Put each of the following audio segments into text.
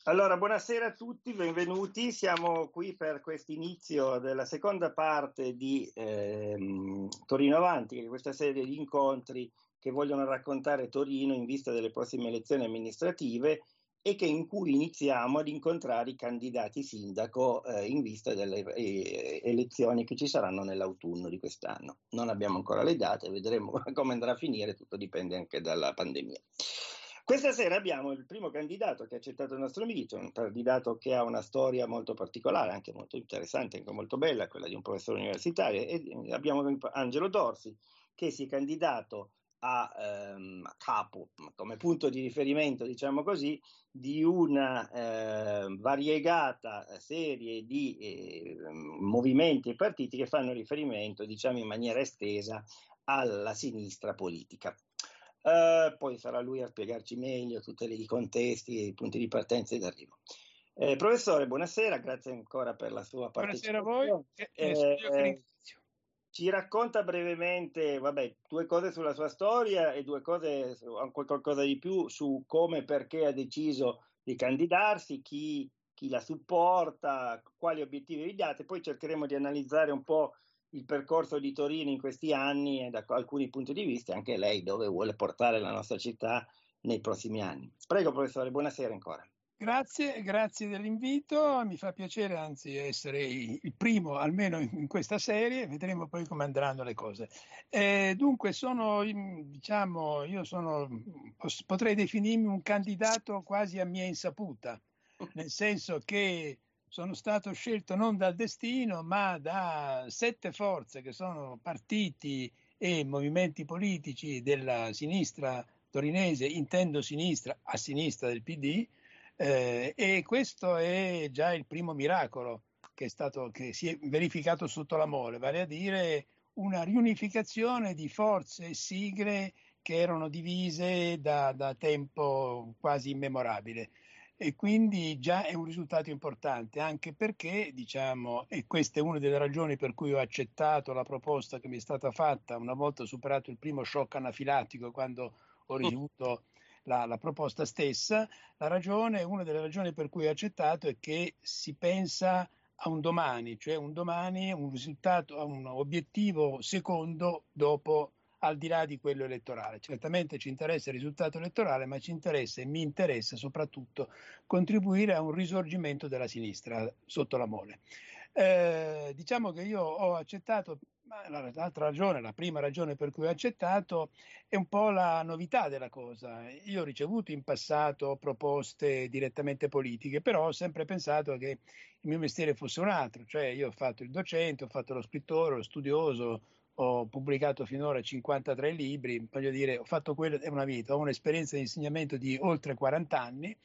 Allora, buonasera a tutti, benvenuti. Siamo qui per questo inizio della seconda parte di Torino Avanti, che è questa serie di incontri che vogliono raccontare Torino in vista delle prossime elezioni amministrative e in cui iniziamo ad incontrare i candidati sindaco in vista delle elezioni che ci saranno nell'autunno di quest'anno. Non abbiamo ancora le date, vedremo come andrà a finire, tutto dipende anche dalla pandemia. Questa sera abbiamo il primo candidato che ha accettato il nostro invito, un candidato che ha una storia molto particolare, anche molto interessante, anche molto bella, quella di un professore universitario, e abbiamo Angelo Dorsi che si è candidato a capo, come punto di riferimento, diciamo così, di una variegata serie di movimenti e partiti che fanno riferimento, diciamo in maniera estesa, alla sinistra politica. Poi sarà lui a spiegarci meglio tutti i contesti, i punti di partenza e d'arrivo. Professore, buonasera, grazie ancora per la sua partecipazione. Buonasera a voi. Ci racconta brevemente, due cose sulla sua storia e due cose, qualcosa di più su come e perché ha deciso di candidarsi, chi la supporta, quali obiettivi vi date, poi cercheremo di analizzare un po' il percorso di Torino in questi anni e da alcuni punti di vista, anche lei dove vuole portare la nostra città nei prossimi anni. Prego professore, buonasera ancora. Grazie dell'invito, mi fa piacere anzi essere il primo almeno in questa serie, vedremo poi come andranno le cose. Dunque potrei definirmi un candidato quasi a mia insaputa, nel senso che sono stato scelto non dal destino ma da 7 forze che sono partiti e movimenti politici della sinistra torinese, intendo sinistra, a sinistra del PD. E questo è già il primo miracolo che si è verificato sotto la mole, vale a dire una riunificazione di forze e sigle che erano divise da tempo quasi immemorabile. E quindi già è un risultato importante, anche perché, e questa è una delle ragioni per cui ho accettato la proposta che mi è stata fatta una volta superato il primo shock anafilattico, quando ho ricevuto la proposta stessa. Una delle ragioni per cui ho accettato è che si pensa a un domani, cioè un risultato, a un obiettivo secondo dopo, al di là di quello elettorale. Certamente ci interessa il risultato elettorale, ma ci interessa e mi interessa soprattutto contribuire a un risorgimento della sinistra sotto la mole. Diciamo che io ho accettato, la prima ragione per cui ho accettato è un po' la novità della cosa. Io ho ricevuto in passato proposte direttamente politiche, però ho sempre pensato che il mio mestiere fosse un altro, cioè io ho fatto il docente, ho fatto lo scrittore, lo studioso, ho pubblicato finora 53 libri, voglio dire, ho fatto quello, è una vita, ho un'esperienza di insegnamento di oltre 40 anni.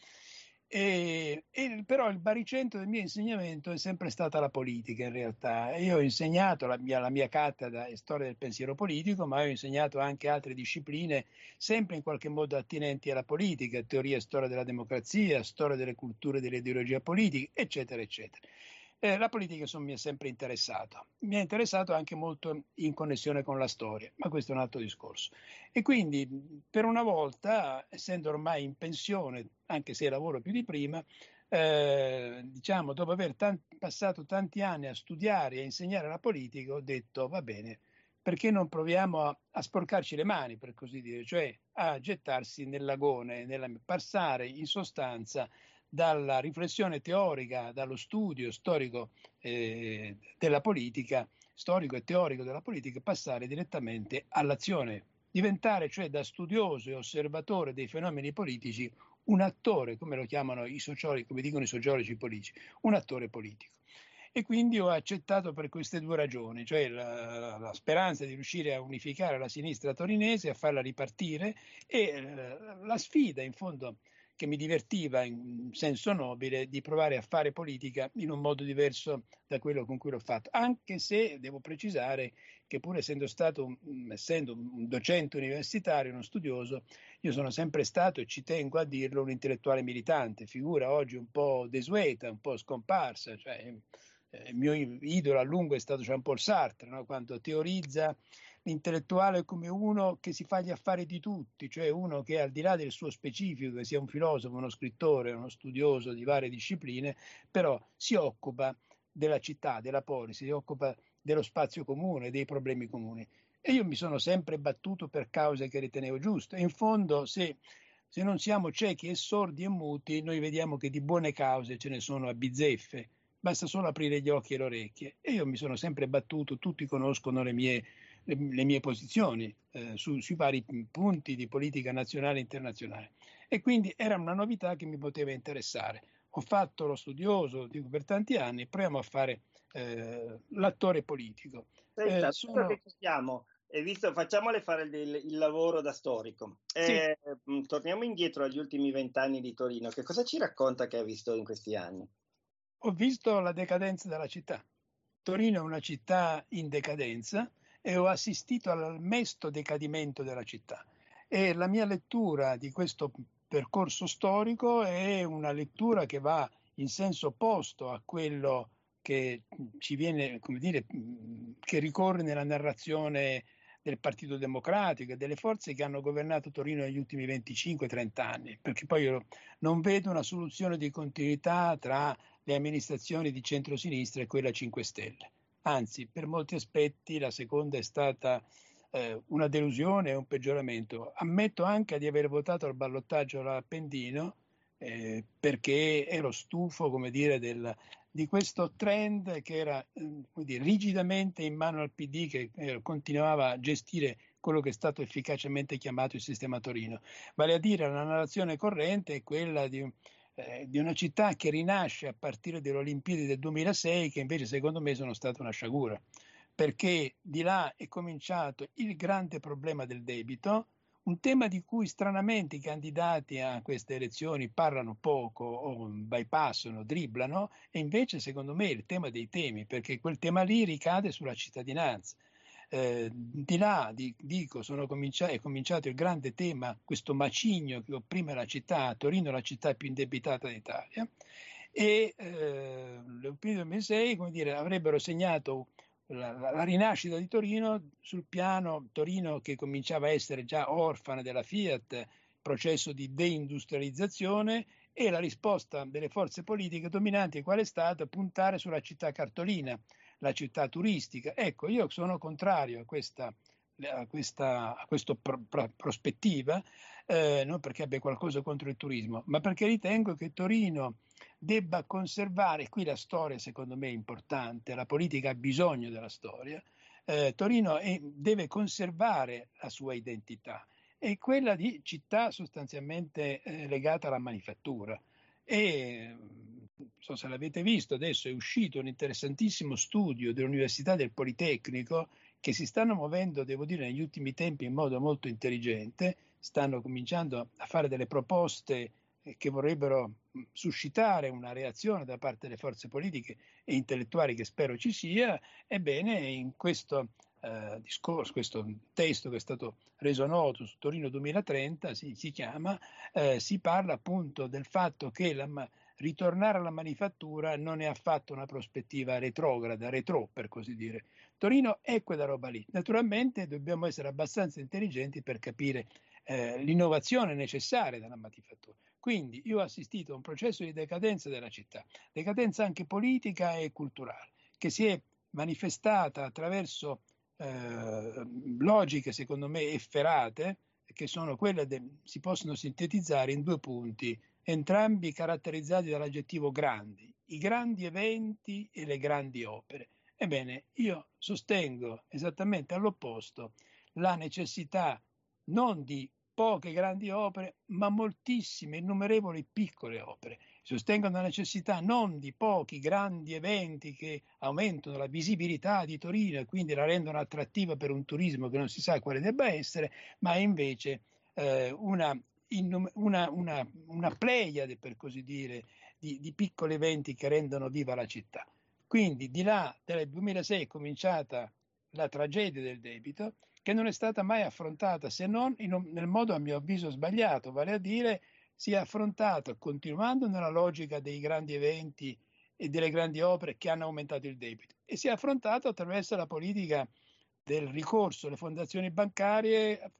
Però il baricentro del mio insegnamento è sempre stata la politica in realtà. Io ho insegnato la mia cattedra è storia del pensiero politico, ma ho insegnato anche altre discipline sempre in qualche modo attinenti alla politica, teoria e storia della democrazia, storia delle culture e dell'ideologia politica, eccetera, eccetera. La politica insomma mi è sempre interessato. Mi è interessato anche molto in connessione con la storia, ma questo è un altro discorso. E quindi per una volta, essendo ormai in pensione, anche se lavoro più di prima, dopo aver passato tanti anni a studiare e a insegnare la politica, ho detto va bene, perché non proviamo a sporcarci le mani, per così dire, cioè a gettarsi nel lagone, passare in sostanza dalla riflessione teorica, dallo studio storico della politica, storico e teorico della politica, passare direttamente all'azione, diventare cioè da studioso e osservatore dei fenomeni politici un attore, come lo chiamano i sociologi, come dicono i sociologi politici, un attore politico. E quindi ho accettato per queste due ragioni, cioè la speranza di riuscire a unificare la sinistra torinese, a farla ripartire e la sfida in fondo che mi divertiva in senso nobile di provare a fare politica in un modo diverso da quello con cui l'ho fatto, anche se devo precisare che pur essendo un docente universitario, uno studioso, io sono sempre stato, e ci tengo a dirlo, un intellettuale militante, figura oggi un po' desueta, un po' scomparsa, cioè il mio idolo a lungo è stato Jean-Paul Sartre, no? Quando teorizza l'intellettuale come uno che si fa gli affari di tutti, cioè uno che al di là del suo specifico, che sia un filosofo, uno scrittore, uno studioso di varie discipline, però si occupa della città, della polis, si occupa dello spazio comune, dei problemi comuni. E io mi sono sempre battuto per cause che ritenevo giuste. In fondo, se non siamo ciechi e sordi e muti, noi vediamo che di buone cause ce ne sono a bizzeffe. Basta solo aprire gli occhi e le orecchie. E io mi sono sempre battuto, tutti conoscono le mie posizioni sui vari punti di politica nazionale e internazionale. E quindi era una novità che mi poteva interessare. Ho fatto lo studioso, dico, per tanti anni, proviamo a fare l'attore politico. Senta, visto che ci siamo, facciamole fare il lavoro da storico. Sì. Torniamo indietro agli ultimi 20 anni di Torino. Che cosa ci racconta che ha visto in questi anni? Ho visto la decadenza della città. Torino è una città in decadenza e ho assistito al mesto decadimento della città. E la mia lettura di questo percorso storico è una lettura che va in senso opposto a quello che ci viene, come dire, che ricorre nella narrazione del Partito Democratico e delle forze che hanno governato Torino negli ultimi 25-30 anni, perché poi io non vedo una soluzione di continuità tra le amministrazioni di centrosinistra e quella 5 Stelle. Anzi, per molti aspetti la seconda è stata una delusione e un peggioramento. Ammetto anche di aver votato al ballottaggio all'Appendino perché ero stufo, come dire, di questo trend che era come dire, rigidamente in mano al PD, che continuava a gestire quello che è stato efficacemente chiamato il sistema Torino. Vale a dire, la narrazione corrente è quella di una città che rinasce a partire dalle Olimpiadi del 2006, che invece secondo me sono state una sciagura, perché di là è cominciato il grande problema del debito, un tema di cui stranamente i candidati a queste elezioni parlano poco o bypassano, dribblano, e invece secondo me è il tema dei temi, perché quel tema lì ricade sulla cittadinanza. Di là, dico, è cominciato il grande tema, questo macigno che opprime la città. Torino è la città più indebitata d'Italia, e le Olimpiadi del 2006, come dire, avrebbero segnato la rinascita di Torino sul piano Torino che cominciava a essere già orfana della Fiat, processo di deindustrializzazione, e la risposta delle forze politiche dominanti qual è stata? Puntare sulla città cartolina, la città turistica. Ecco, io sono contrario a questa prospettiva, non perché abbia qualcosa contro il turismo, ma perché ritengo che Torino debba conservare, qui la storia secondo me è importante, la politica ha bisogno della storia, Torino deve conservare la sua identità, è quella di città sostanzialmente legata alla manifattura. E non so se l'avete visto, adesso è uscito un interessantissimo studio dell'Università del Politecnico, che si stanno muovendo, devo dire, negli ultimi tempi in modo molto intelligente, stanno cominciando a fare delle proposte che vorrebbero suscitare una reazione da parte delle forze politiche e intellettuali, che spero ci sia. Ebbene, in questo discorso, questo testo che è stato reso noto su Torino 2030, si chiama, si parla appunto del fatto che ritornare alla manifattura non è affatto una prospettiva retrograda, retro per così dire. Torino è quella roba lì. Naturalmente dobbiamo essere abbastanza intelligenti per capire l'innovazione necessaria della manifattura. Quindi io ho assistito a un processo di decadenza della città, decadenza anche politica e culturale, che si è manifestata attraverso logiche secondo me efferate, che sono quelle si possono sintetizzare in 2 punti, entrambi caratterizzati dall'aggettivo grandi, i grandi eventi e le grandi opere. Ebbene, io sostengo esattamente all'opposto la necessità non di poche grandi opere, ma moltissime, innumerevoli piccole opere. Sostengono la necessità non di pochi grandi eventi che aumentano la visibilità di Torino e quindi la rendono attrattiva per un turismo che non si sa quale debba essere, ma invece una pleiade, per così dire, di piccoli eventi che rendono viva la città. Quindi di là del 2006 è cominciata la tragedia del debito, che non è stata mai affrontata, se non nel modo a mio avviso sbagliato, vale a dire si è affrontata continuando nella logica dei grandi eventi e delle grandi opere che hanno aumentato il debito, e si è affrontato attraverso la politica del ricorso alle fondazioni bancarie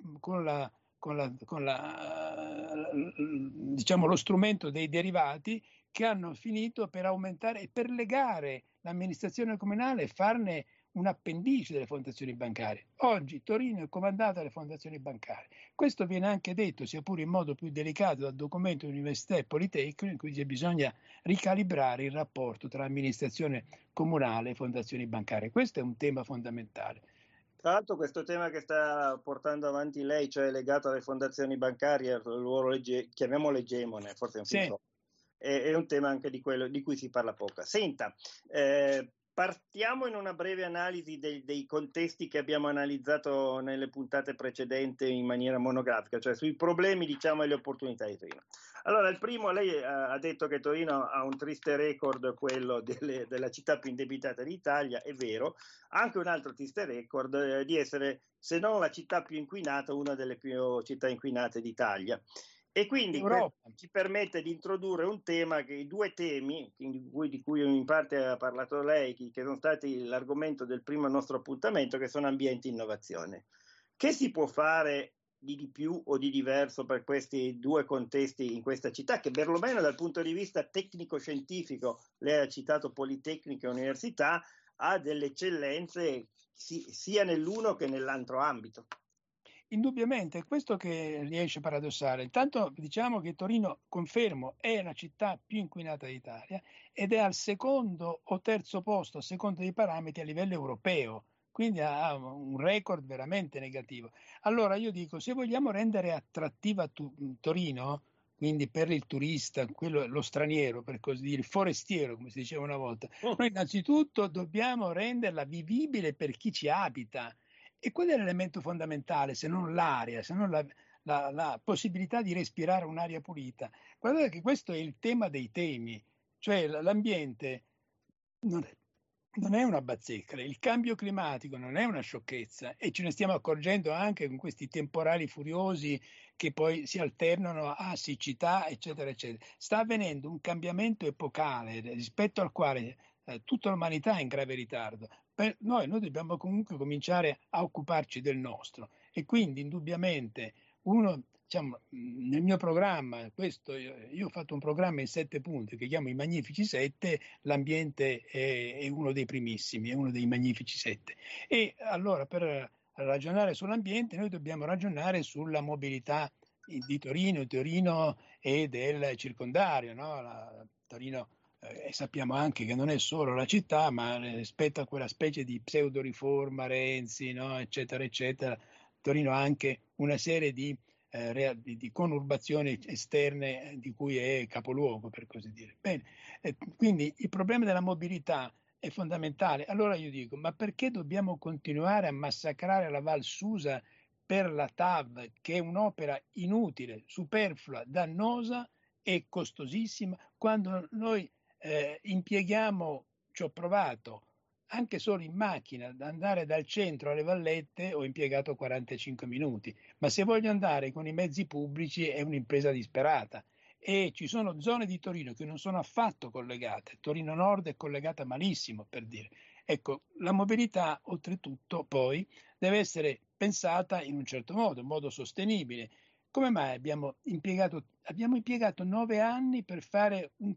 diciamo, lo strumento dei derivati che hanno finito per aumentare e per legare l'amministrazione comunale e farne un appendice delle fondazioni bancarie. Oggi Torino è comandata dalle fondazioni bancarie. Questo viene anche detto, sia pure in modo più delicato, dal documento di Università e Politecnico, in cui bisogna ricalibrare il rapporto tra amministrazione comunale e fondazioni bancarie. Questo è un tema fondamentale. Tra l'altro questo tema che sta portando avanti lei, cioè legato alle fondazioni bancarie, il ruolo chiamiamolo egemone, forse è un film troppo, è un tema anche di quello di cui si parla poco. Senta, partiamo in una breve analisi dei contesti che abbiamo analizzato nelle puntate precedenti in maniera monografica, cioè sui problemi, diciamo, e le opportunità di Torino. Allora, il primo, lei ha detto che Torino ha un triste record, quello della città più indebitata d'Italia, è vero, anche un altro triste record di essere, se non la città più inquinata, una delle più città inquinate d'Italia. E quindi ci permette di introdurre un tema, i due temi di cui in parte ha parlato lei, che sono stati l'argomento del primo nostro appuntamento, che sono ambiente e innovazione. Che si può fare di più o di diverso per questi due contesti in questa città, che perlomeno dal punto di vista tecnico-scientifico, lei ha citato Politecnico e Università, ha delle eccellenze sia nell'uno che nell'altro ambito? Indubbiamente, è questo che riesce a paradossare. Intanto diciamo che Torino, confermo, è la città più inquinata d'Italia ed è al secondo o terzo posto, a seconda dei parametri, a livello europeo. Quindi ha un record veramente negativo. Allora io dico, se vogliamo rendere attrattiva Torino, quindi per il turista, lo straniero, per così dire, il forestiero, come si diceva una volta, noi innanzitutto dobbiamo renderla vivibile per chi ci abita. E qual è l'elemento fondamentale, se non l'aria, se non la possibilità di respirare un'aria pulita? Guardate che questo è il tema dei temi, cioè l'ambiente non è una bazzecca, il cambio climatico non è una sciocchezza e ce ne stiamo accorgendo anche con questi temporali furiosi che poi si alternano a siccità, eccetera, eccetera. Sta avvenendo un cambiamento epocale rispetto al quale tutta l'umanità è in grave ritardo. Noi dobbiamo comunque cominciare a occuparci del nostro e quindi indubbiamente diciamo, nel mio programma, io ho fatto un programma in 7 punti che chiamo i Magnifici 7, l'ambiente è uno dei primissimi, è uno dei Magnifici 7. E allora per ragionare sull'ambiente noi dobbiamo ragionare sulla mobilità di Torino e del circondario, no? Torino sappiamo anche che non è solo la città, ma rispetto a quella specie di pseudo riforma Renzi, no? Eccetera, eccetera, Torino ha anche una serie di conurbazioni esterne di cui è capoluogo, per così dire. Bene, quindi il problema della mobilità è fondamentale. Allora io dico, ma perché dobbiamo continuare a massacrare la Val Susa per la TAV, che è un'opera inutile, superflua, dannosa e costosissima, quando noi impieghiamo, ci ho provato, anche solo in macchina, ad andare dal centro alle Vallette ho impiegato 45 minuti, ma se voglio andare con i mezzi pubblici è un'impresa disperata e ci sono zone di Torino che non sono affatto collegate. Torino Nord è collegata malissimo, per dire. Ecco, la mobilità oltretutto poi deve essere pensata in un certo modo, in modo sostenibile. Come mai abbiamo impiegato 9 anni per fare 1,9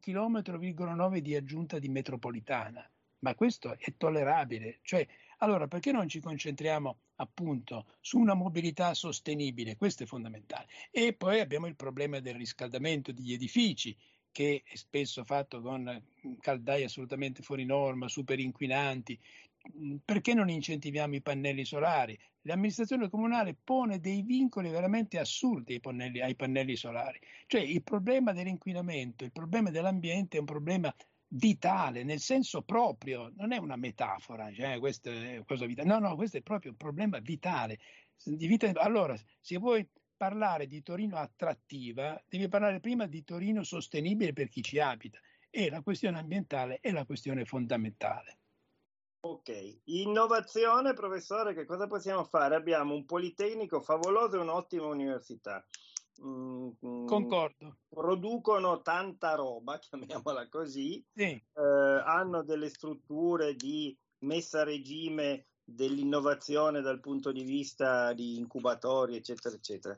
km di aggiunta di metropolitana? Ma questo è tollerabile? Cioè, allora perché non ci concentriamo appunto su una mobilità sostenibile? Questo è fondamentale. E poi abbiamo il problema del riscaldamento degli edifici, che è spesso fatto con caldaie assolutamente fuori norma, super inquinanti. Perché non incentiviamo i pannelli solari? L'amministrazione comunale pone dei vincoli veramente assurdi ai pannelli solari. Cioè il problema dell'inquinamento, il problema dell'ambiente è un problema vitale, nel senso proprio, non è una metafora, cioè questo è cosa vitale. No, questo è proprio un problema vitale. Allora, se vuoi parlare di Torino attrattiva, devi parlare prima di Torino sostenibile per chi ci abita. E la questione ambientale è la questione fondamentale. Ok, innovazione, professore, che cosa possiamo fare? Abbiamo un Politecnico favoloso e un'ottima università. Concordo. Producono tanta roba, chiamiamola così, Sì. hanno delle strutture di messa a regime dell'innovazione dal punto di vista di incubatori, eccetera, eccetera.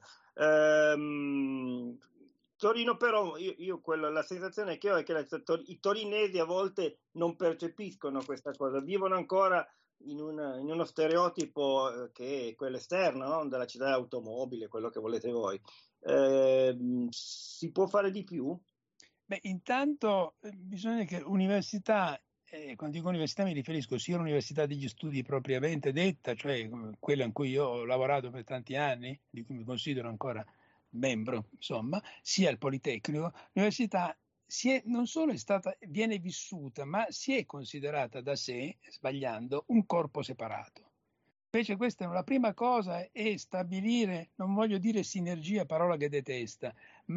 Torino però, la sensazione che ho è che i torinesi a volte non percepiscono questa cosa, vivono ancora in uno stereotipo che è quello esterno, no? Della città dell'automobile, quello che volete voi. Si può fare di più? Beh, intanto bisogna che università, quando dico università mi riferisco sia all'università degli studi propriamente detta, cioè quella in cui io ho lavorato per tanti anni, di cui mi considero ancora membro, insomma, sia al Politecnico. L'università non solo viene vissuta, ma si è considerata da sé, sbagliando, un corpo separato. Invece questa è la prima cosa, è stabilire, non voglio dire sinergia, parola che detesto,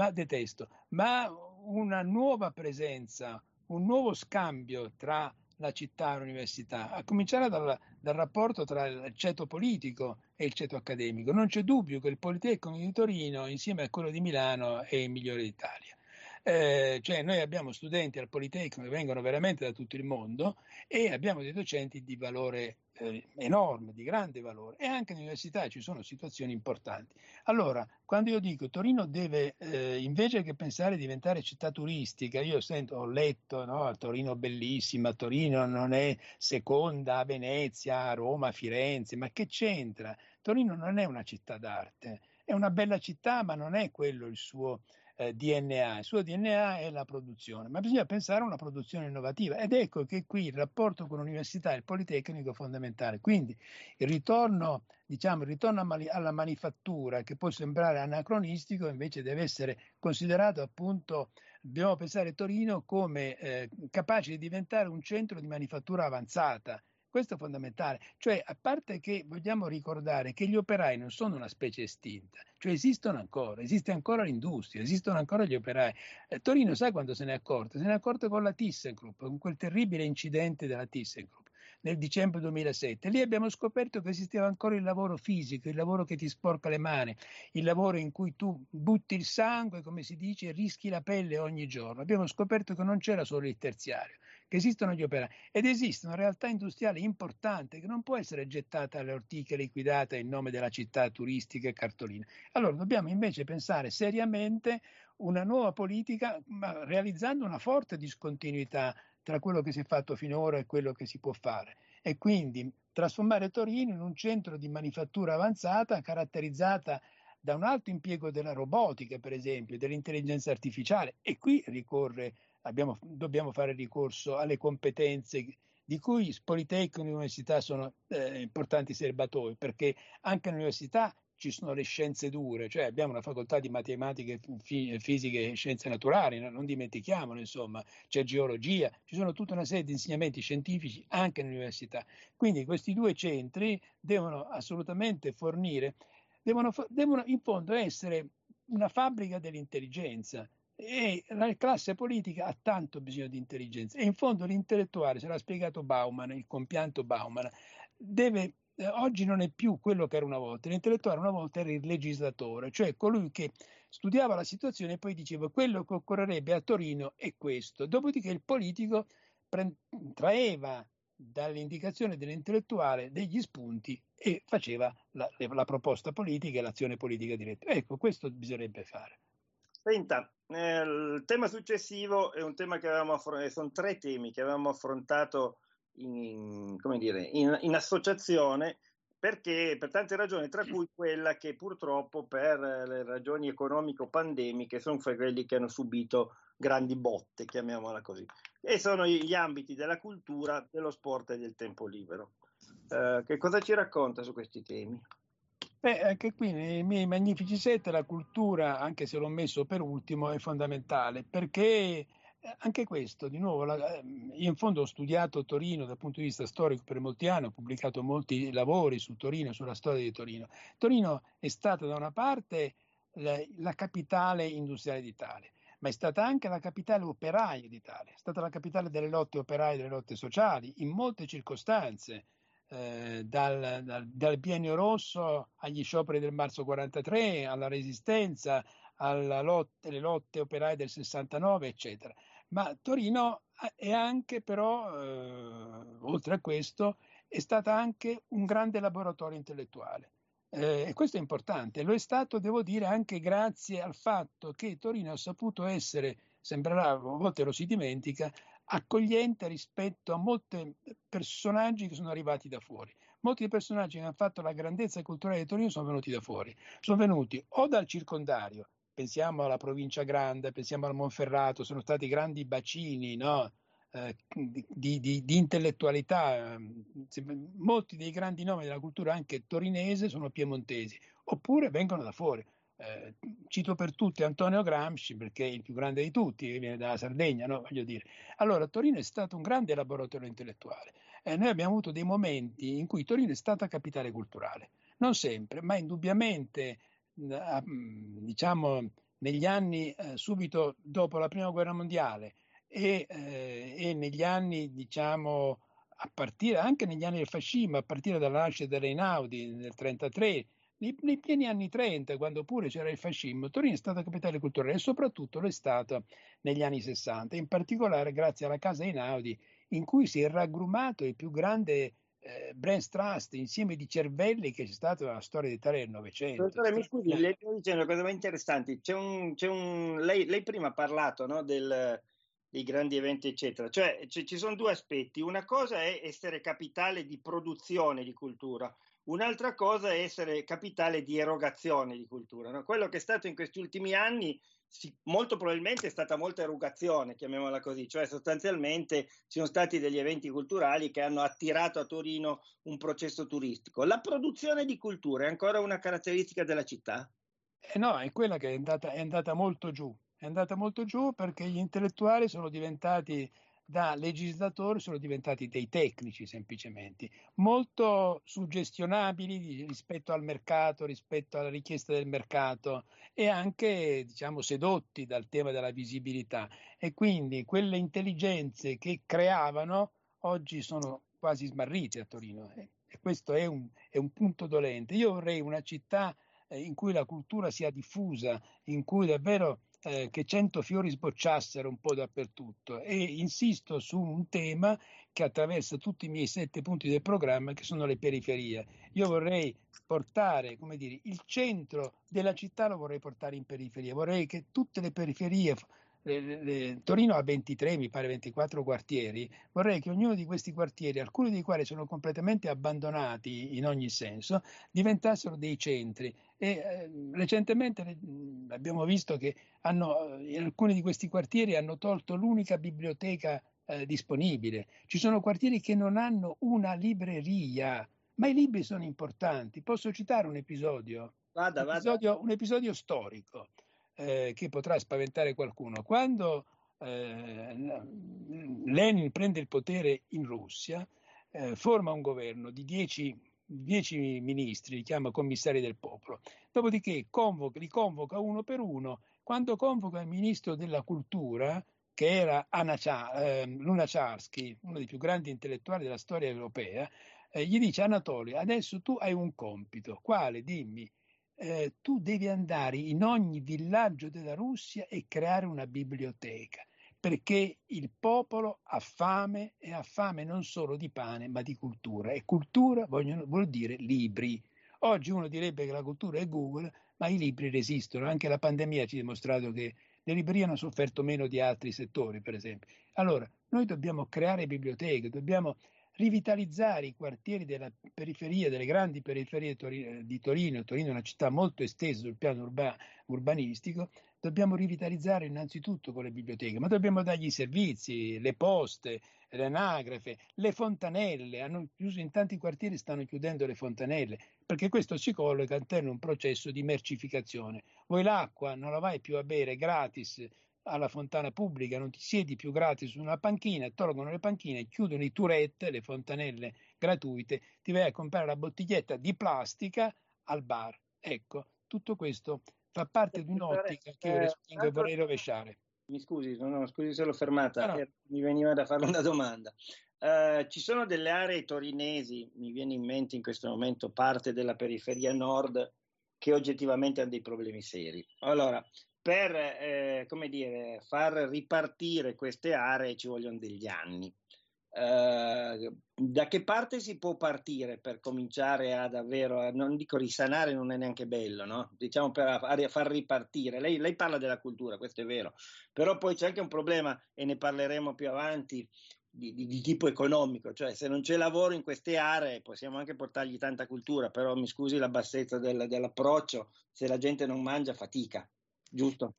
ma una nuova presenza, un nuovo scambio tra la città e l'università, a cominciare dal rapporto tra il ceto politico e il ceto accademico. Non c'è dubbio che il Politecnico di Torino, insieme a quello di Milano, è il migliore d'Italia. Cioè noi abbiamo studenti al Politecnico che vengono veramente da tutto il mondo e abbiamo dei docenti di valore enorme, di grande valore, e anche nell'università ci sono situazioni importanti. Allora, quando io dico Torino deve, invece che pensare di diventare città turistica, ho letto, no, Torino bellissima, Torino non è seconda a Venezia, a Roma, a Firenze, ma che c'entra? Torino non è una città d'arte, è una bella città, ma non è quello il suo DNA. Il suo DNA è la produzione, ma bisogna pensare a una produzione innovativa, ed ecco che qui il rapporto con l'università e il Politecnico è fondamentale. Quindi il ritorno alla manifattura, che può sembrare anacronistico, invece deve essere considerato, appunto, dobbiamo pensare a Torino come capace di diventare un centro di manifattura avanzata. Questo è fondamentale, cioè a parte che vogliamo ricordare che gli operai non sono una specie estinta, cioè esistono ancora, esiste ancora l'industria, esistono ancora gli operai. Torino sa quando se n'è accorto? Se n'è accorto con la ThyssenKrupp, con quel terribile incidente della ThyssenKrupp nel dicembre 2007. Lì abbiamo scoperto che esisteva ancora il lavoro fisico, il lavoro che ti sporca le mani, il lavoro in cui tu butti il sangue, come si dice, e rischi la pelle ogni giorno. Abbiamo scoperto che non c'era solo il terziario, che esistono gli operai ed esiste una realtà industriale importante che non può essere gettata alle ortiche, liquidata in nome della città turistica e cartolina. Allora dobbiamo invece pensare seriamente una nuova politica, ma realizzando una forte discontinuità tra quello che si è fatto finora e quello che si può fare, e quindi trasformare Torino in un centro di manifattura avanzata caratterizzata da un alto impiego della robotica, per esempio, dell'intelligenza artificiale, e qui dobbiamo fare ricorso alle competenze di cui Politecnico e università sono importanti serbatoi, perché anche all'università ci sono le scienze dure, cioè abbiamo una facoltà di matematica, fisiche e scienze naturali, non dimentichiamolo, insomma, c'è geologia, ci sono tutta una serie di insegnamenti scientifici anche nell'università. Quindi questi due centri devono assolutamente devono in fondo essere una fabbrica dell'intelligenza, e la classe politica ha tanto bisogno di intelligenza, e in fondo l'intellettuale, se l'ha spiegato Bauman, il compianto Bauman, oggi non è più quello che era una volta. L'intellettuale una volta era il legislatore, cioè colui che studiava la situazione e poi diceva quello che occorrerebbe a Torino è questo. Dopodiché il politico traeva dall'indicazione dell'intellettuale degli spunti e faceva la proposta politica e l'azione politica diretta. Ecco, questo bisognerebbe fare. Senta, il tema successivo è un tema che avevamo affrontato, sono tre temi che avevamo affrontato in associazione, perché per tante ragioni, tra cui quella che purtroppo per le ragioni economico-pandemiche sono quelli che hanno subito grandi botte, chiamiamola così, e sono gli ambiti della cultura, dello sport e del tempo libero. Che cosa ci racconta su questi temi? Beh, anche qui nei miei Magnifici 7 la cultura, anche se l'ho messo per ultimo, è fondamentale, perché anche questo, di nuovo, io in fondo ho studiato Torino dal punto di vista storico per molti anni, ho pubblicato molti lavori su Torino, sulla storia di Torino. Torino è stata da una parte la capitale industriale d'Italia, ma è stata anche la capitale operaia d'Italia, è stata la capitale delle lotte operaie, delle lotte sociali, in molte circostanze. Dal Biennio Rosso agli scioperi del marzo 43, alla Resistenza, alle lotte operaie del 69, eccetera. Ma Torino è anche però, oltre a questo, è stata anche un grande laboratorio intellettuale. E questo è importante. Lo è stato, devo dire, anche grazie al fatto che Torino ha saputo essere, sembrerà, a volte lo si dimentica, accogliente rispetto a molti personaggi che sono arrivati da fuori. Molti dei personaggi che hanno fatto la grandezza culturale di Torino sono venuti da fuori. Sono venuti o dal circondario, pensiamo alla provincia grande, pensiamo al Monferrato, sono stati grandi bacini, no? Di intellettualità. Molti dei grandi nomi della cultura anche torinese sono piemontesi, oppure vengono da fuori. Cito per tutti Antonio Gramsci, perché è il più grande di tutti, viene dalla Sardegna, no? Voglio dire. Allora, Torino è stato un grande laboratorio intellettuale. Noi abbiamo avuto dei momenti in cui Torino è stata capitale culturale. Non sempre, ma indubbiamente, diciamo, negli anni subito dopo la Prima Guerra Mondiale e negli anni, diciamo, a partire anche negli anni del fascismo, a partire dalla nascita dell'Einaudi nel 1933, nei pieni anni 30, quando pure c'era il fascismo, Torino è stata capitale culturale e soprattutto lo è stata negli anni 60, in particolare grazie alla Casa Einaudi, in cui si è raggrumato il più grande brain trust, insieme di cervelli che c'è stato nella storia d'Italia del Novecento. Professore, mi scusi, le sto dicendo cose interessanti. Lei prima ha parlato, no, dei grandi eventi, eccetera. Cioè, ci sono due aspetti. Una cosa è essere capitale di produzione di cultura, un'altra cosa è essere capitale di erogazione di cultura, no? Quello che è stato in questi ultimi anni molto probabilmente è stata molta erogazione, chiamiamola così, cioè sostanzialmente ci sono stati degli eventi culturali che hanno attirato a Torino un processo turistico. La produzione di cultura è ancora una caratteristica della città? No, è quella che è andata molto giù. È andata molto giù perché gli intellettuali sono diventati, da legislatori, sono diventati dei tecnici semplicemente, molto suggestionabili rispetto al mercato, rispetto alla richiesta del mercato e anche, diciamo, sedotti dal tema della visibilità. E quindi quelle intelligenze che creavano oggi sono quasi smarrite a Torino. E questo è un punto dolente. Io vorrei una città in cui la cultura sia diffusa, in cui davvero che 100 fiori sbocciassero un po' dappertutto, e insisto su un tema che attraversa tutti i miei 7 punti del programma, che sono le periferie. Io vorrei portare, come dire, il centro della città lo vorrei portare in periferia, vorrei che tutte le periferie, Torino ha 23, mi pare 24 quartieri, vorrei che ognuno di questi quartieri, alcuni dei quali sono completamente abbandonati in ogni senso, diventassero dei centri. E recentemente abbiamo visto che in alcuni di questi quartieri hanno tolto l'unica biblioteca disponibile. Ci sono quartieri che non hanno una libreria, ma i libri sono importanti. Posso citare un episodio? Vada. Un episodio storico che potrà spaventare qualcuno. Quando Lenin prende il potere in Russia, forma un governo di 10 ministri, li chiama commissari del popolo, dopodiché li convoca uno per uno. Quando convoca il ministro della cultura, che era Lunacharsky, uno dei più grandi intellettuali della storia europea, gli dice: Anatolio, adesso tu hai un compito, quale? Dimmi. Tu devi andare in ogni villaggio della Russia e creare una biblioteca, perché il popolo ha fame, e ha fame non solo di pane ma di cultura, e cultura vuol dire libri. Oggi uno direbbe che la cultura è Google, ma i libri resistono. Anche la pandemia ci ha dimostrato che le librerie hanno sofferto meno di altri settori, per esempio. Allora, noi dobbiamo creare biblioteche, dobbiamo rivitalizzare i quartieri della periferia, delle grandi periferie di Torino. Torino è una città molto estesa sul piano urbanistico. Dobbiamo rivitalizzare innanzitutto con le biblioteche, ma dobbiamo dargli i servizi, le poste, l'anagrafe, le fontanelle. Hanno chiuso in tanti quartieri, stanno chiudendo le fontanelle, perché questo si collega all'interno di un processo di mercificazione. Vuoi l'acqua, non la vai più a bere gratis alla fontana pubblica, non ti siedi più gratis su una panchina, tolgono le panchine, chiudono i tourette, le fontanelle gratuite, ti vai a comprare la bottiglietta di plastica al bar. Ecco, tutto questo fa parte di un'ottica che io respingo e vorrei rovesciare. Mi scusi, scusi se l'ho fermata, No. mi veniva da fare una domanda. Ci sono delle aree torinesi, mi viene in mente in questo momento parte della periferia nord, che oggettivamente hanno dei problemi seri. Allora, per come dire, far ripartire queste aree ci vogliono degli anni. Da che parte si può partire per cominciare a davvero, non dico risanare, non è neanche bello, no? Diciamo per far ripartire. Lei parla della cultura, questo è vero, però poi c'è anche un problema, e ne parleremo più avanti, di tipo economico, cioè se non c'è lavoro in queste aree possiamo anche portargli tanta cultura, però mi scusi la bassezza dell'approccio, se la gente non mangia fatica, giusto?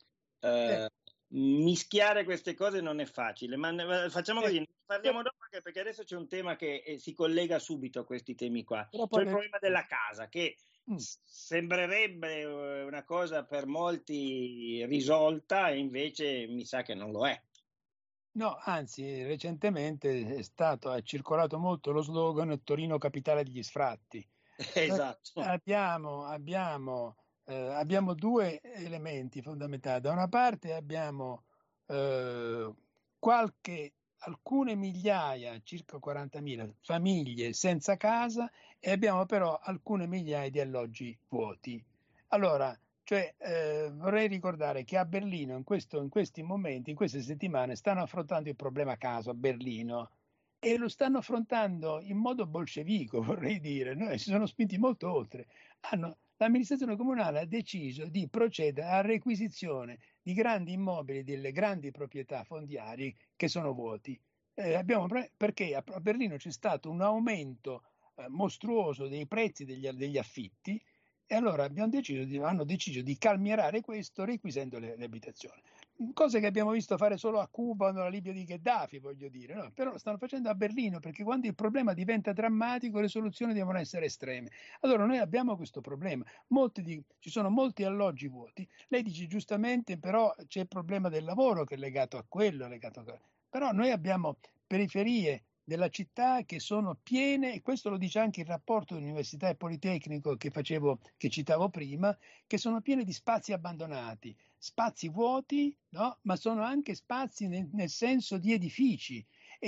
Mischiare queste cose non è facile, ma facciamo così, ne parliamo dopo, perché adesso c'è un tema che si collega subito a questi temi qua, cioè il problema della casa, che sembrerebbe una cosa per molti risolta e invece mi sa che non lo è. No, anzi, recentemente ha circolato molto lo slogan Torino capitale degli sfratti. Esatto. Abbiamo due elementi fondamentali. Da una parte abbiamo alcune migliaia, circa 40.000 famiglie senza casa, e abbiamo però alcune migliaia di alloggi vuoti. Allora, vorrei ricordare che a Berlino in questi momenti, in queste settimane, stanno affrontando il problema casa a Berlino, e lo stanno affrontando in modo bolscevico, vorrei dire, no? E si sono spinti molto oltre. L'amministrazione comunale ha deciso di procedere alla requisizione di grandi immobili, delle grandi proprietà fondiarie che sono vuoti. Perché a Berlino c'è stato un aumento mostruoso dei prezzi degli affitti, e allora hanno deciso di calmierare questo requisendo le abitazioni. Cose che abbiamo visto fare solo a Cuba o nella Libia di Gheddafi, voglio dire, no? Però lo stanno facendo a Berlino, perché quando il problema diventa drammatico le soluzioni devono essere estreme. Allora noi abbiamo questo problema, ci sono molti alloggi vuoti. Lei dice giustamente, però c'è il problema del lavoro che è legato a quello, però noi abbiamo periferie della città che sono piene, e questo lo dice anche il rapporto dell'Università e Politecnico che citavo prima, che sono piene di spazi abbandonati, spazi vuoti, no? Ma sono anche spazi nel senso di edifici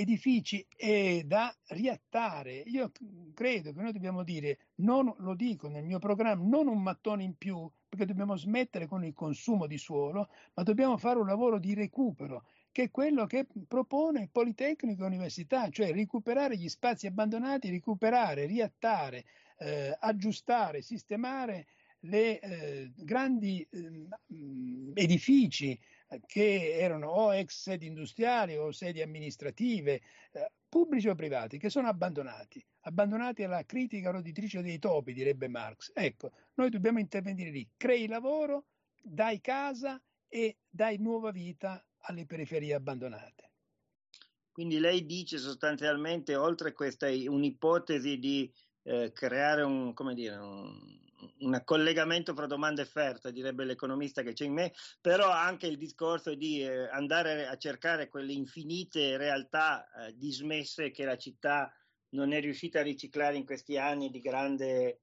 da riattare. Io credo che noi dobbiamo dire, non lo dico nel mio programma, non un mattone in più, perché dobbiamo smettere con il consumo di suolo, ma dobbiamo fare un lavoro di recupero, che è quello che propone il Politecnico e l'Università, cioè recuperare gli spazi abbandonati, riattare, aggiustare, sistemare le grandi edifici che erano o ex sedi industriali o sedi amministrative, pubblici o privati, che sono abbandonati alla critica roditrice dei topi, direbbe Marx. Ecco, noi dobbiamo intervenire lì, crei lavoro, dai casa e dai nuova vita alle periferie abbandonate. Quindi lei dice sostanzialmente, oltre a questa un'ipotesi di creare un collegamento fra domanda e offerta, direbbe l'economista che c'è in me, però anche il discorso di andare a cercare quelle infinite realtà dismesse che la città non è riuscita a riciclare in questi anni di grande,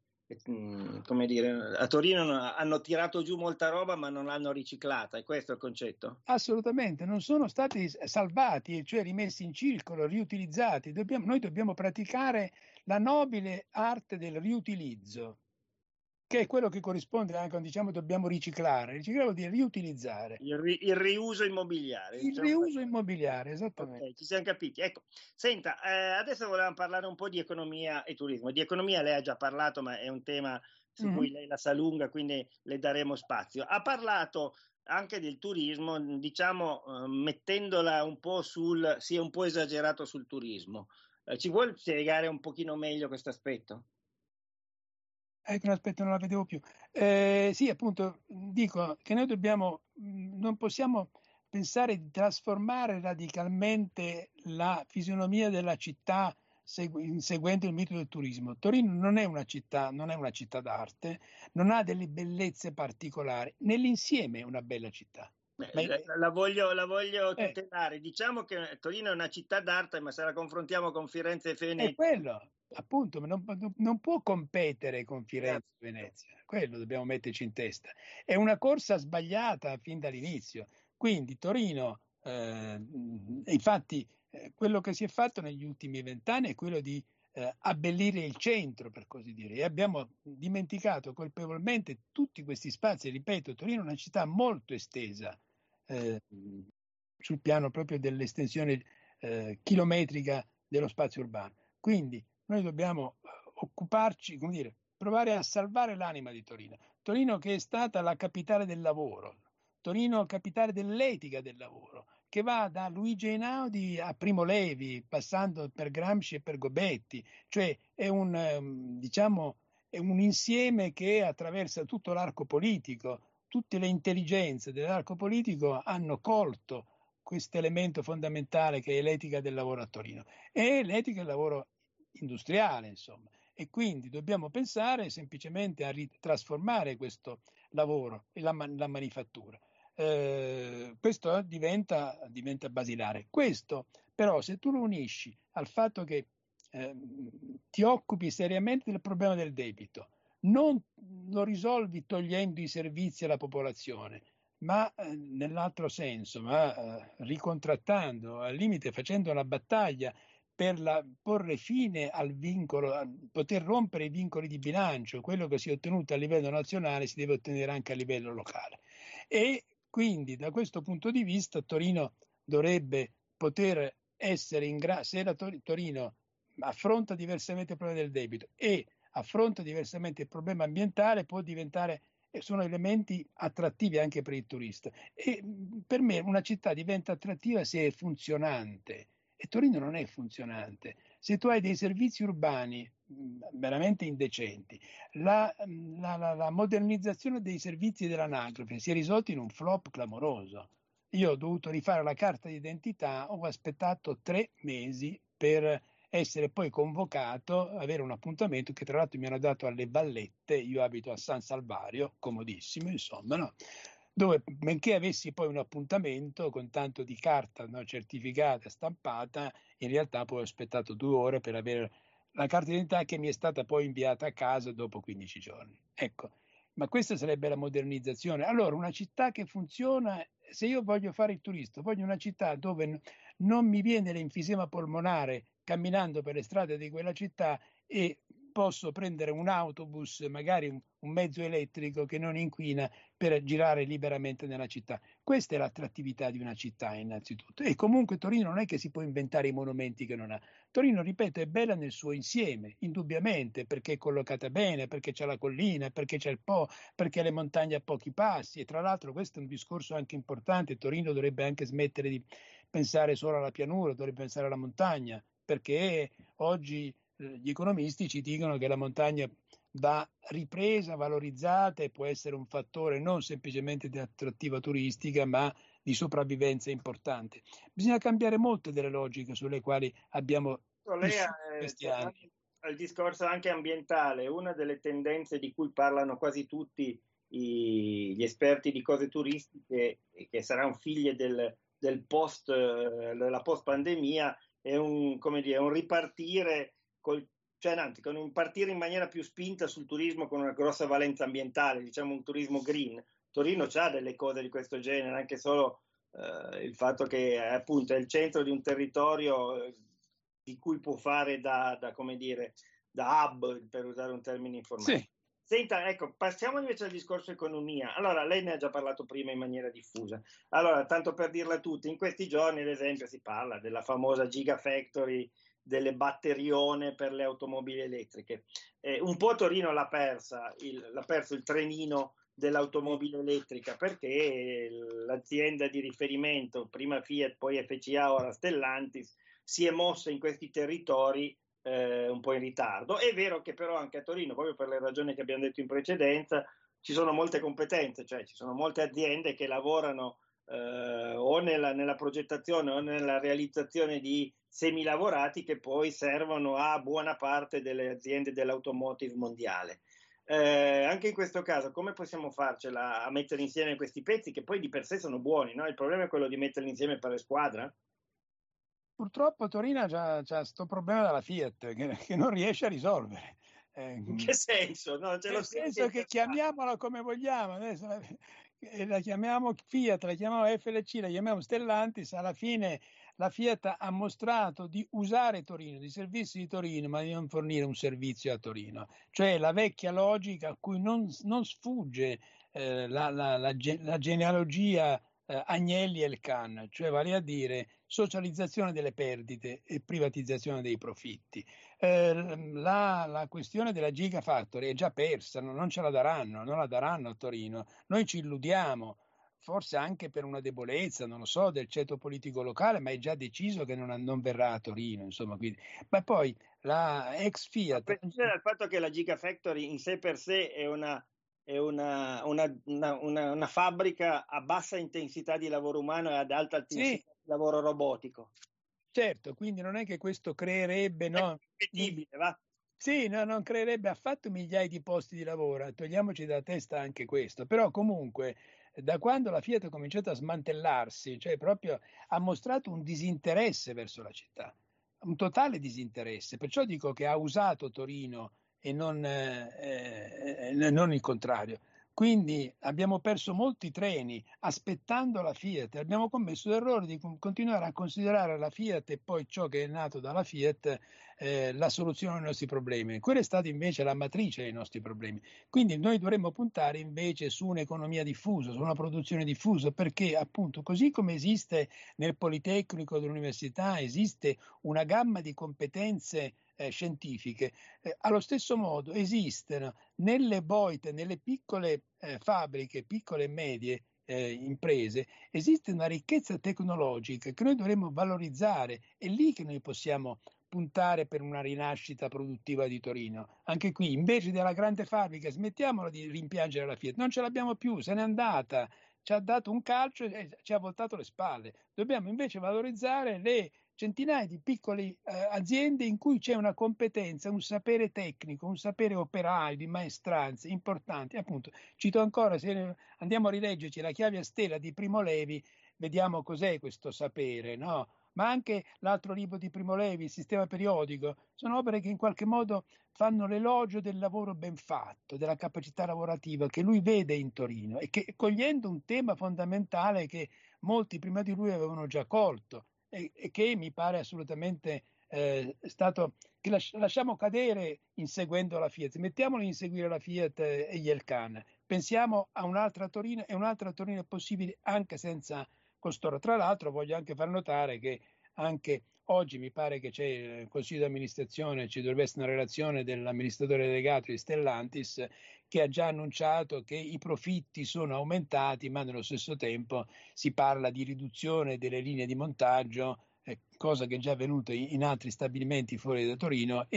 a Torino hanno tirato giù molta roba ma non l'hanno riciclata, è questo il concetto? Assolutamente, non sono stati salvati, cioè rimessi in circolo, riutilizzati. Noi dobbiamo praticare la nobile arte del riutilizzo, che è quello che corrisponde anche quando diciamo dobbiamo riciclare. Riciclare vuol dire riutilizzare. Il riuso immobiliare. Il riuso immobiliare, esattamente. Ok, ci siamo capiti. Ecco, senta, adesso volevamo parlare un po' di economia e turismo. Di economia lei ha già parlato, ma è un tema su cui lei la sa lunga, quindi le daremo spazio. Ha parlato anche del turismo, diciamo, mettendola un po' si è un po' esagerato sul turismo. Ci vuole spiegare un pochino meglio questo aspetto? Ecco, un aspetto, non la vedevo più. Sì, appunto, dico che noi non possiamo pensare di trasformare radicalmente la fisionomia della città seguendo il mito del turismo. Torino non è una città d'arte, non ha delle bellezze particolari, nell'insieme è una bella città. La voglio tutelare. Diciamo che Torino è una città d'arte, ma se la confrontiamo con Firenze e Venezia... È quello, appunto, non può competere con Firenze e Venezia. Quello dobbiamo metterci in testa. È una corsa sbagliata fin dall'inizio. Quindi Torino, infatti, quello che si è fatto negli ultimi 20 anni è quello di abbellire il centro, per così dire, e abbiamo dimenticato colpevolmente tutti questi spazi. Ripeto, Torino è una città molto estesa sul piano proprio dell'estensione chilometrica dello spazio urbano. Quindi noi dobbiamo occuparci, come dire, provare a salvare l'anima di Torino. Torino che è stata la capitale del lavoro, Torino capitale dell'etica del lavoro, che va da Luigi Einaudi a Primo Levi, passando per Gramsci e per Gobetti, cioè è diciamo, è un insieme che attraversa tutto l'arco politico. Tutte le intelligenze dell'arco politico hanno colto questo elemento fondamentale che è l'etica del lavoro a Torino e l'etica del lavoro industriale, insomma. E quindi dobbiamo pensare semplicemente a trasformare questo lavoro e la manifattura. Questo diventa basilare. Questo però, se tu lo unisci al fatto che ti occupi seriamente del problema del debito, non lo risolvi togliendo i servizi alla popolazione, ma nell'altro senso, ricontrattando, al limite facendo una battaglia per porre fine al vincolo, poter rompere i vincoli di bilancio, quello che si è ottenuto a livello nazionale si deve ottenere anche a livello locale. E quindi da questo punto di vista Torino dovrebbe poter essere in grado, se la Torino affronta diversamente il problema del debito e affronta diversamente il problema ambientale, può diventare, sono elementi attrattivi anche per il turista. E per me una città diventa attrattiva se è funzionante, e Torino non è funzionante. Se tu hai dei servizi urbani veramente indecenti, la modernizzazione dei servizi dell'anagrafe si è risolta in un flop clamoroso. Io ho dovuto rifare la carta d'identità, ho aspettato 3 mesi per essere poi convocato, avere un appuntamento che tra l'altro mi hanno dato alle Vallette. Io abito a San Salvario, comodissimo, insomma, no? Dove, benché avessi poi un appuntamento con tanto di carta, no, certificata, stampata, in realtà poi ho aspettato 2 ore per avere la carta d'identità che mi è stata poi inviata a casa dopo 15 giorni. Ecco, ma questa sarebbe la modernizzazione. Allora, una città che funziona, se io voglio fare il turista, voglio una città dove non mi viene l'enfisema polmonare camminando per le strade di quella città e posso prendere un autobus, magari un mezzo elettrico che non inquina, per girare liberamente nella città. Questa è l'attrattività di una città innanzitutto. E comunque Torino non è che si può inventare i monumenti che non ha. Torino, ripeto, è bella nel suo insieme, indubbiamente, perché è collocata bene, perché c'è la collina, perché c'è il Po, perché le montagne a pochi passi. E tra l'altro questo è un discorso anche importante. Torino dovrebbe anche smettere di pensare solo alla pianura, dovrebbe pensare alla montagna, perché oggi gli economisti ci dicono che la montagna va ripresa, valorizzata e può essere un fattore non semplicemente di attrattiva turistica, ma di sopravvivenza importante. Bisogna cambiare molte delle logiche sulle quali abbiamo vissuto questi anni. Al discorso anche ambientale, una delle tendenze di cui parlano quasi tutti gli esperti di cose turistiche, che sarà un figlio della post pandemia, è un ripartire con un partire in maniera più spinta sul turismo con una grossa valenza ambientale, diciamo un turismo green. Torino ha delle cose di questo genere, anche solo il fatto che appunto è il centro di un territorio di cui può fare da hub, per usare un termine informatico. Sì. Senta, ecco, passiamo invece al discorso economia. Allora, lei ne ha già parlato prima in maniera diffusa. Allora, tanto per dirla a tutti, in questi giorni, ad esempio, si parla della famosa Gigafactory, delle batterione per le automobili elettriche. Un po' Torino l'ha perso il trenino dell'automobile elettrica, perché l'azienda di riferimento, prima Fiat, poi FCA, ora Stellantis, si è mossa in questi territori un po' in ritardo. È vero che però anche a Torino, proprio per le ragioni che abbiamo detto in precedenza, ci sono molte competenze, cioè ci sono molte aziende che lavorano o nella progettazione o nella realizzazione di semilavorati che poi servono a buona parte delle aziende dell'automotive mondiale. Anche in questo caso, come possiamo farcela a mettere insieme questi pezzi che poi di per sé sono buoni, no? Il problema è quello di metterli insieme per squadra. Purtroppo Torino c'ha questo problema della Fiat che non riesce a risolvere. In che senso? No, nel senso che chiamiamola come vogliamo, adesso la chiamiamo Fiat, la chiamiamo FLC, la chiamiamo Stellantis, alla fine la Fiat ha mostrato di usare Torino, di servirsi di Torino, ma di non fornire un servizio a Torino. Cioè la vecchia logica a cui non sfugge la genealogia Agnelli e Elkann, cioè vale a dire socializzazione delle perdite e privatizzazione dei profitti. La questione della Gigafactory è già persa, non ce la daranno, non la daranno a Torino. Noi ci illudiamo, forse anche per una debolezza, non lo so, del ceto politico locale, ma è già deciso che non verrà a Torino, insomma. Quindi. Ma poi la ex A Fiat. prescindere dal fatto che la Gigafactory in sé per sé è una fabbrica a bassa intensità di lavoro umano e ad alta Sì, intensità di lavoro robotico. certo, quindi non è che questo creerebbe, È no, compatibile, va? sì, no, non creerebbe affatto migliaia di posti di lavoro, togliamoci da testa anche questo, però comunque da quando la Fiat ha cominciato a smantellarsi, cioè proprio ha mostrato un disinteresse verso la città, un totale disinteresse, perciò dico che ha usato Torino e non il contrario. Quindi abbiamo perso molti treni aspettando la Fiat, abbiamo commesso l'errore di continuare a considerare la Fiat e poi ciò che è nato dalla Fiat la soluzione ai nostri problemi. Quella è stata invece la matrice dei nostri problemi. Quindi noi dovremmo puntare invece su un'economia diffusa, su una produzione diffusa, perché appunto così come esiste nel Politecnico dell'università, esiste una gamma di competenze scientifiche, allo stesso modo esistono nelle boite, nelle piccole fabbriche, piccole e medie imprese, esiste una ricchezza tecnologica che noi dovremmo valorizzare, è lì che noi possiamo puntare per una rinascita produttiva di Torino. Anche qui, invece della grande fabbrica, smettiamola di rimpiangere la Fiat, non ce l'abbiamo più, se n'è andata, ci ha dato un calcio e ci ha voltato le spalle. Dobbiamo invece valorizzare le centinaia di piccole aziende in cui c'è una competenza, un sapere tecnico, un sapere operaio, di maestranze importanti. Appunto, cito ancora, se andiamo a rileggerci la Chiave a stella di Primo Levi, vediamo cos'è questo sapere, no? Ma anche l'altro libro di Primo Levi, il sistema periodico, sono opere che in qualche modo fanno l'elogio del lavoro ben fatto, della capacità lavorativa che lui vede in Torino e che cogliendo un tema fondamentale che molti prima di lui avevano già colto e che mi pare assolutamente stato che lasciamo cadere inseguendo la Fiat, mettiamolo in seguire la Fiat e gli Elkann, pensiamo a un'altra Torino e un'altra Torino è possibile anche senza costoro. Tra l'altro voglio anche far notare che anche oggi mi pare che c'è il Consiglio di amministrazione, ci dovrebbe essere una relazione dell'amministratore delegato di Stellantis che ha già annunciato che i profitti sono aumentati, ma nello stesso tempo si parla di riduzione delle linee di montaggio, cosa che è già avvenuta in altri stabilimenti fuori da Torino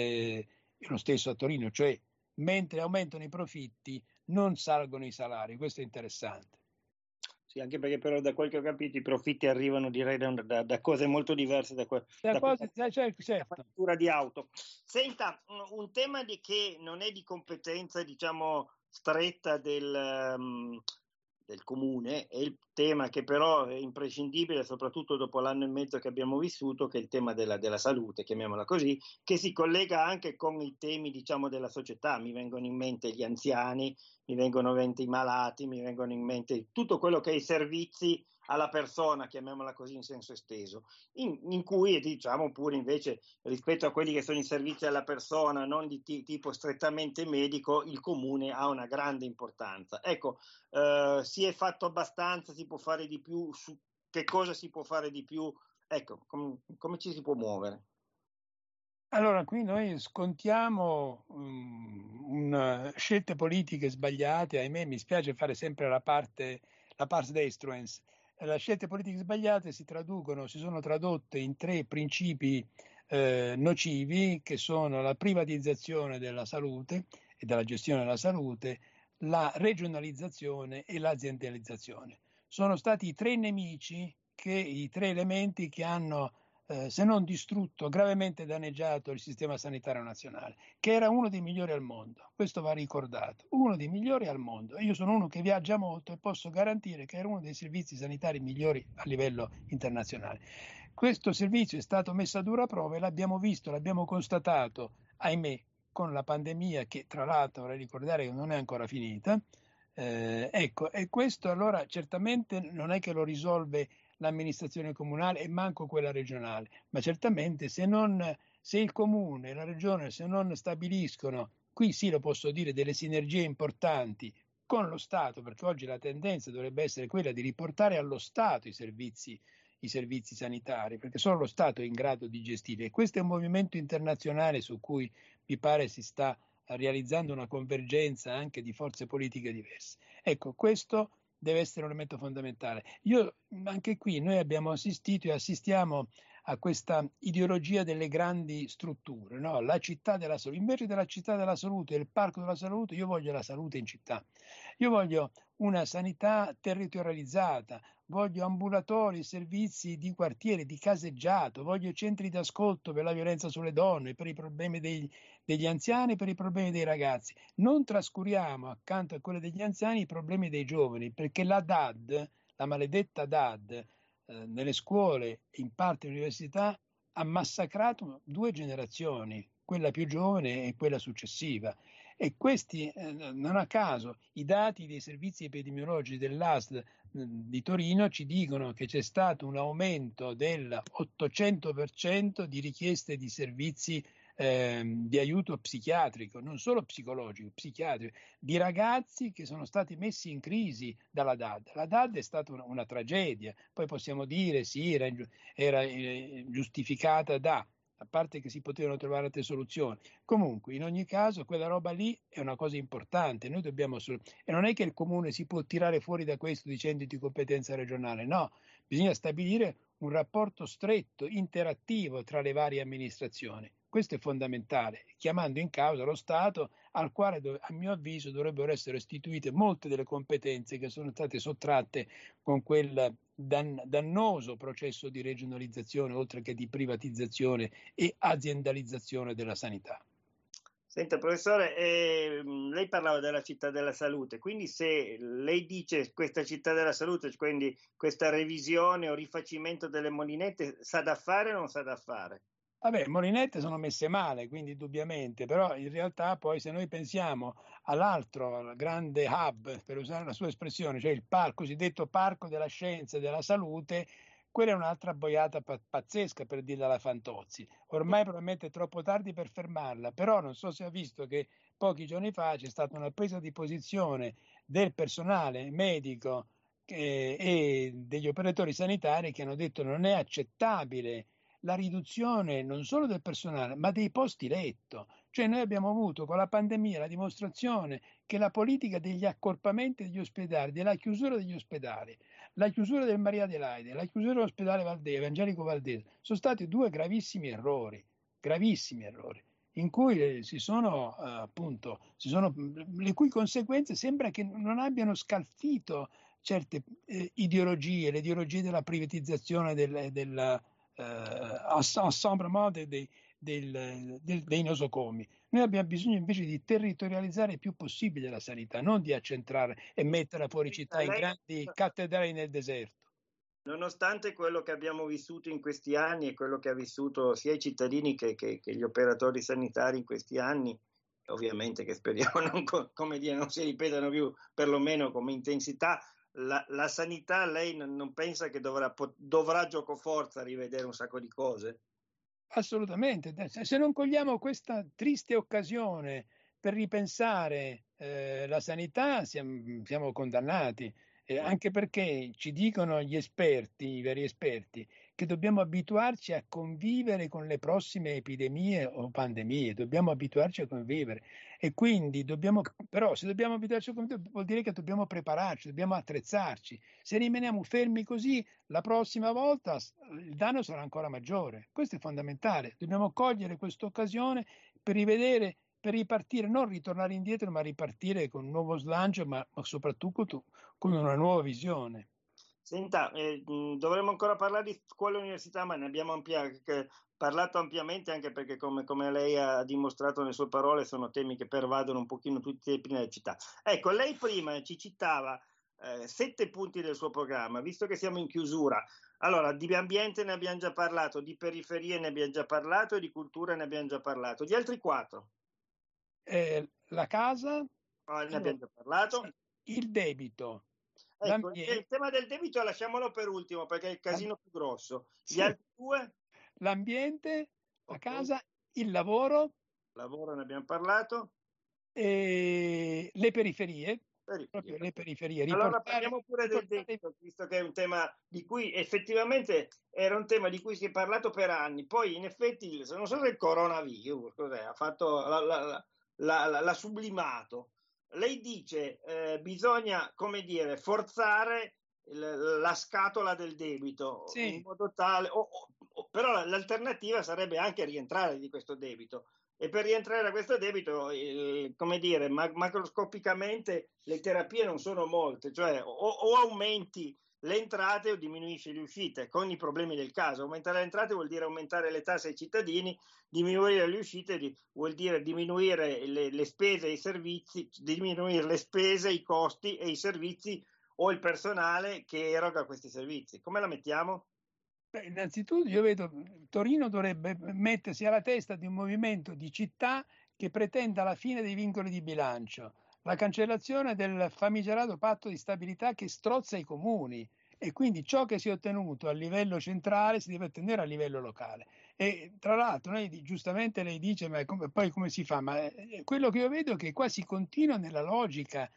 e lo stesso a Torino, cioè mentre aumentano i profitti non salgono i salari, questo è interessante. Sì, anche perché però da quel che ho capito i profitti arrivano direi da cose molto diverse da Cose, questa certo. fattura di auto. Senta, un tema che non è di competenza, diciamo, stretta del comune, è il tema che però è imprescindibile, soprattutto dopo l'anno e mezzo che abbiamo vissuto, che è il tema della salute, chiamiamola così, che si collega anche con i temi, diciamo, della società. Mi vengono in mente gli anziani, mi vengono in mente i malati, mi vengono in mente tutto quello che è i servizi alla persona, chiamiamola così in senso esteso, in cui diciamo pure invece rispetto a quelli che sono i servizi alla persona, non di tipo strettamente medico, il comune ha una grande importanza. Ecco, si è fatto abbastanza, si può fare di più, su che cosa si può fare di più, ecco, come ci si può muovere? Allora, qui noi scontiamo scelte politiche sbagliate, ahimè, mi spiace fare sempre la pars destruens. Le scelte politiche sbagliate si sono tradotte in tre principi nocivi che sono la privatizzazione della salute e della gestione della salute, la regionalizzazione e l'aziendalizzazione. Sono stati i tre nemici, i tre elementi che hanno se non distrutto, gravemente danneggiato il sistema sanitario nazionale, che era uno dei migliori al mondo. Questo va ricordato, uno dei migliori al mondo. Io sono uno che viaggia molto e posso garantire che era uno dei servizi sanitari migliori a livello internazionale. Questo servizio è stato messo a dura prova e l'abbiamo visto, l'abbiamo constatato, ahimè, con la pandemia che tra l'altro vorrei ricordare che non è ancora finita. Ecco, e questo allora certamente non è che lo risolve l'amministrazione comunale e manco quella regionale, ma certamente se il comune e la regione se non stabiliscono, qui sì lo posso dire, delle sinergie importanti con lo Stato, perché oggi la tendenza dovrebbe essere quella di riportare allo Stato i servizi sanitari, perché solo lo Stato è in grado di gestire. E questo è un movimento internazionale su cui mi pare si sta realizzando una convergenza anche di forze politiche diverse. Ecco, questo deve essere un elemento fondamentale. Anche qui noi abbiamo assistito e assistiamo a questa ideologia delle grandi strutture, no? La città della salute. Invece della città della salute, del parco della salute, io voglio la salute in città. Io voglio una sanità territorializzata, voglio ambulatori, servizi di quartiere, di caseggiato, voglio centri di ascolto per la violenza sulle donne, per i problemi degli anziani, per i problemi dei ragazzi. Non trascuriamo accanto a quelli degli anziani i problemi dei giovani, perché la DAD, la maledetta DAD, nelle scuole, in parte all'università, ha massacrato 2 generazioni, quella più giovane e quella successiva. E questi, non a caso, i dati dei servizi epidemiologici dell'ASL di Torino ci dicono che c'è stato un aumento dell'800% di richieste di servizi di aiuto psichiatrico, non solo psicologico, psichiatrico, di ragazzi che sono stati messi in crisi dalla DAD. La DAD è stata una tragedia, poi possiamo dire sì, era giustificata a parte che si potevano trovare altre soluzioni. Comunque, in ogni caso, quella roba lì è una cosa importante. Noi dobbiamo e non è che il comune si può tirare fuori da questo dicendo di competenza regionale, no, bisogna stabilire un rapporto stretto, interattivo tra le varie amministrazioni. Questo è fondamentale, chiamando in causa lo Stato, al quale, a mio avviso, dovrebbero essere restituite molte delle competenze che sono state sottratte con quel dannoso processo di regionalizzazione, oltre che di privatizzazione e aziendalizzazione della sanità. Senta, professore, lei parlava della città della salute, quindi se lei dice questa città della salute, quindi questa revisione o rifacimento delle molinette, sa da fare o non sa da fare? Vabbè, molinette sono messe male, quindi indubbiamente, però in realtà poi se noi pensiamo all'altro, al grande hub, per usare la sua espressione, cioè il cosiddetto parco della scienza e della salute, quella è un'altra boiata pazzesca, per dirla alla Fantozzi. Ormai probabilmente è troppo tardi per fermarla, però non so se ha visto che pochi giorni fa c'è stata una presa di posizione del personale medico e degli operatori sanitari che hanno detto non è accettabile la riduzione non solo del personale, ma dei posti letto. Cioè noi abbiamo avuto con la pandemia la dimostrazione che la politica degli accorpamenti degli ospedali, della chiusura degli ospedali, la chiusura del Maria Adelaide, la chiusura dell'ospedale Evangelico Valdese, sono stati 2 gravissimi errori, in cui le cui conseguenze sembra che non abbiano scalfito certe ideologie, le ideologie della privatizzazione della assemblement dei nosocomi. Noi abbiamo bisogno invece di territorializzare il più possibile la sanità, non di accentrare e metterla fuori città in grandi cattedrali nel deserto. Nonostante quello che abbiamo vissuto in questi anni e quello che ha vissuto sia i cittadini che gli operatori sanitari in questi anni, ovviamente che speriamo non si ripetano più, perlomeno come intensità, la sanità lei non pensa che dovrà giocoforza rivedere un sacco di cose? Assolutamente, se non cogliamo questa triste occasione per ripensare la sanità siamo condannati, anche perché ci dicono gli esperti, i veri esperti, che dobbiamo abituarci a convivere con le prossime epidemie o pandemie, dobbiamo abituarci a convivere e quindi però se dobbiamo abituarci a convivere vuol dire che dobbiamo prepararci, dobbiamo attrezzarci. Se rimaniamo fermi così, la prossima volta il danno sarà ancora maggiore. Questo è fondamentale. Dobbiamo cogliere questa occasione per rivedere, per ripartire, non ritornare indietro, ma ripartire con un nuovo slancio, ma soprattutto con una nuova visione. Senta, dovremmo ancora parlare di scuola e università, ma ne abbiamo parlato ampiamente, anche perché come lei ha dimostrato nelle sue parole sono temi che pervadono un pochino tutti i piani della città. Ecco, lei prima ci citava 7 punti del suo programma, visto che siamo in chiusura. Allora, di ambiente ne abbiamo già parlato, di periferie ne abbiamo già parlato e di cultura ne abbiamo già parlato. Gli altri 4? La casa, Ne abbiamo già parlato. il debito. Ecco, il tema del debito lasciamolo per ultimo perché è il casino più grosso. Gli altri 2? L'ambiente, la casa, il lavoro. Lavoro ne abbiamo parlato. Le periferie. proprio le periferie. Allora parliamo pure del debito, visto che è un tema di cui effettivamente era un tema di cui si è parlato per anni. Poi in effetti, non so se il coronavirus ha fatto l'ha sublimato. Lei dice bisogna, come dire, forzare la scatola del debito in modo tale, però l'alternativa sarebbe anche rientrare di questo debito. E per rientrare da questo debito, come dire, macroscopicamente le terapie non sono molte, cioè o aumenti le entrate o diminuisci le uscite, con i problemi del caso. Aumentare le entrate vuol dire aumentare le tasse ai cittadini, diminuire le uscite vuol dire diminuire le spese e i servizi, diminuire le spese, i costi e i servizi o il personale che eroga questi servizi. Come la mettiamo? Innanzitutto io vedo Torino dovrebbe mettersi alla testa di un movimento di città che pretenda la fine dei vincoli di bilancio, la cancellazione del famigerato patto di stabilità che strozza i comuni, e quindi ciò che si è ottenuto a livello centrale si deve ottenere a livello locale. E tra l'altro giustamente lei dice ma poi come si fa? Ma quello che io vedo è che qua si continua nella logica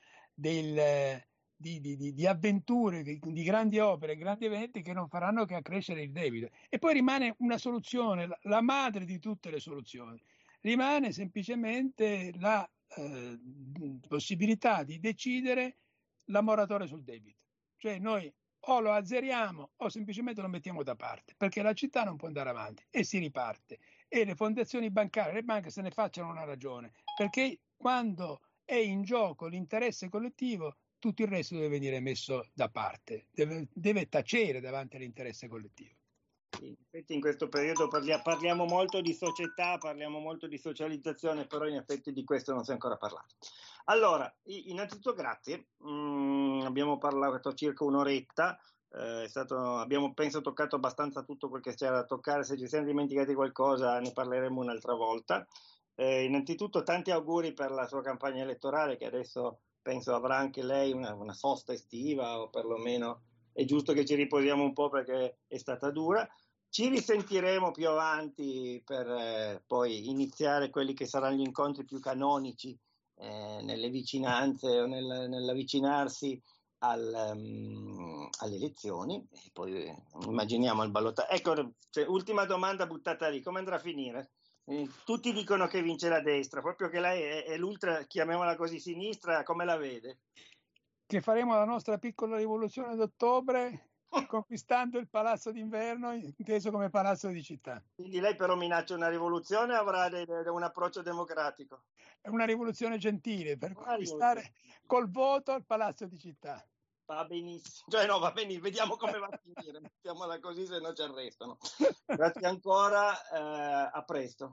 di avventure, di grandi opere, grandi eventi che non faranno che accrescere il debito. E poi rimane una soluzione, la madre di tutte le soluzioni, rimane semplicemente la possibilità di decidere la moratoria sul debito. Cioè noi o lo azzeriamo o semplicemente lo mettiamo da parte, perché la città non può andare avanti e si riparte. E le fondazioni bancarie, le banche se ne facciano una ragione, perché quando è in gioco l'interesse collettivo, tutto il resto deve venire messo da parte, deve tacere davanti all'interesse collettivo. In effetti in questo periodo parliamo molto di società, parliamo molto di socializzazione, però in effetti di questo non si è ancora parlato. Allora, innanzitutto grazie, abbiamo parlato circa un'oretta, abbiamo penso toccato abbastanza tutto quel che c'era da toccare, se ci siamo dimenticati qualcosa ne parleremo un'altra volta. Innanzitutto tanti auguri per la sua campagna elettorale, che adesso penso avrà anche lei una sosta estiva, o perlomeno è giusto che ci riposiamo un po' perché è stata dura. Ci risentiremo più avanti per poi iniziare quelli che saranno gli incontri più canonici nelle vicinanze o nell'avvicinarsi alle elezioni, e poi immaginiamo il ballottaggio. Ecco, ultima domanda buttata lì, come andrà a finire? Tutti dicono che vince la destra, proprio che lei è l'ultra, chiamiamola così, sinistra, come la vede? Che faremo la nostra piccola rivoluzione d'ottobre conquistando il palazzo d'inverno, inteso come palazzo di città. Quindi lei però minaccia una rivoluzione o avrà un approccio democratico? È una rivoluzione gentile per conquistare col voto il palazzo di città. Va benissimo, cioè no, va benissimo, vediamo come va a finire, mettiamola così, se no ci arrestano. Grazie ancora, a presto.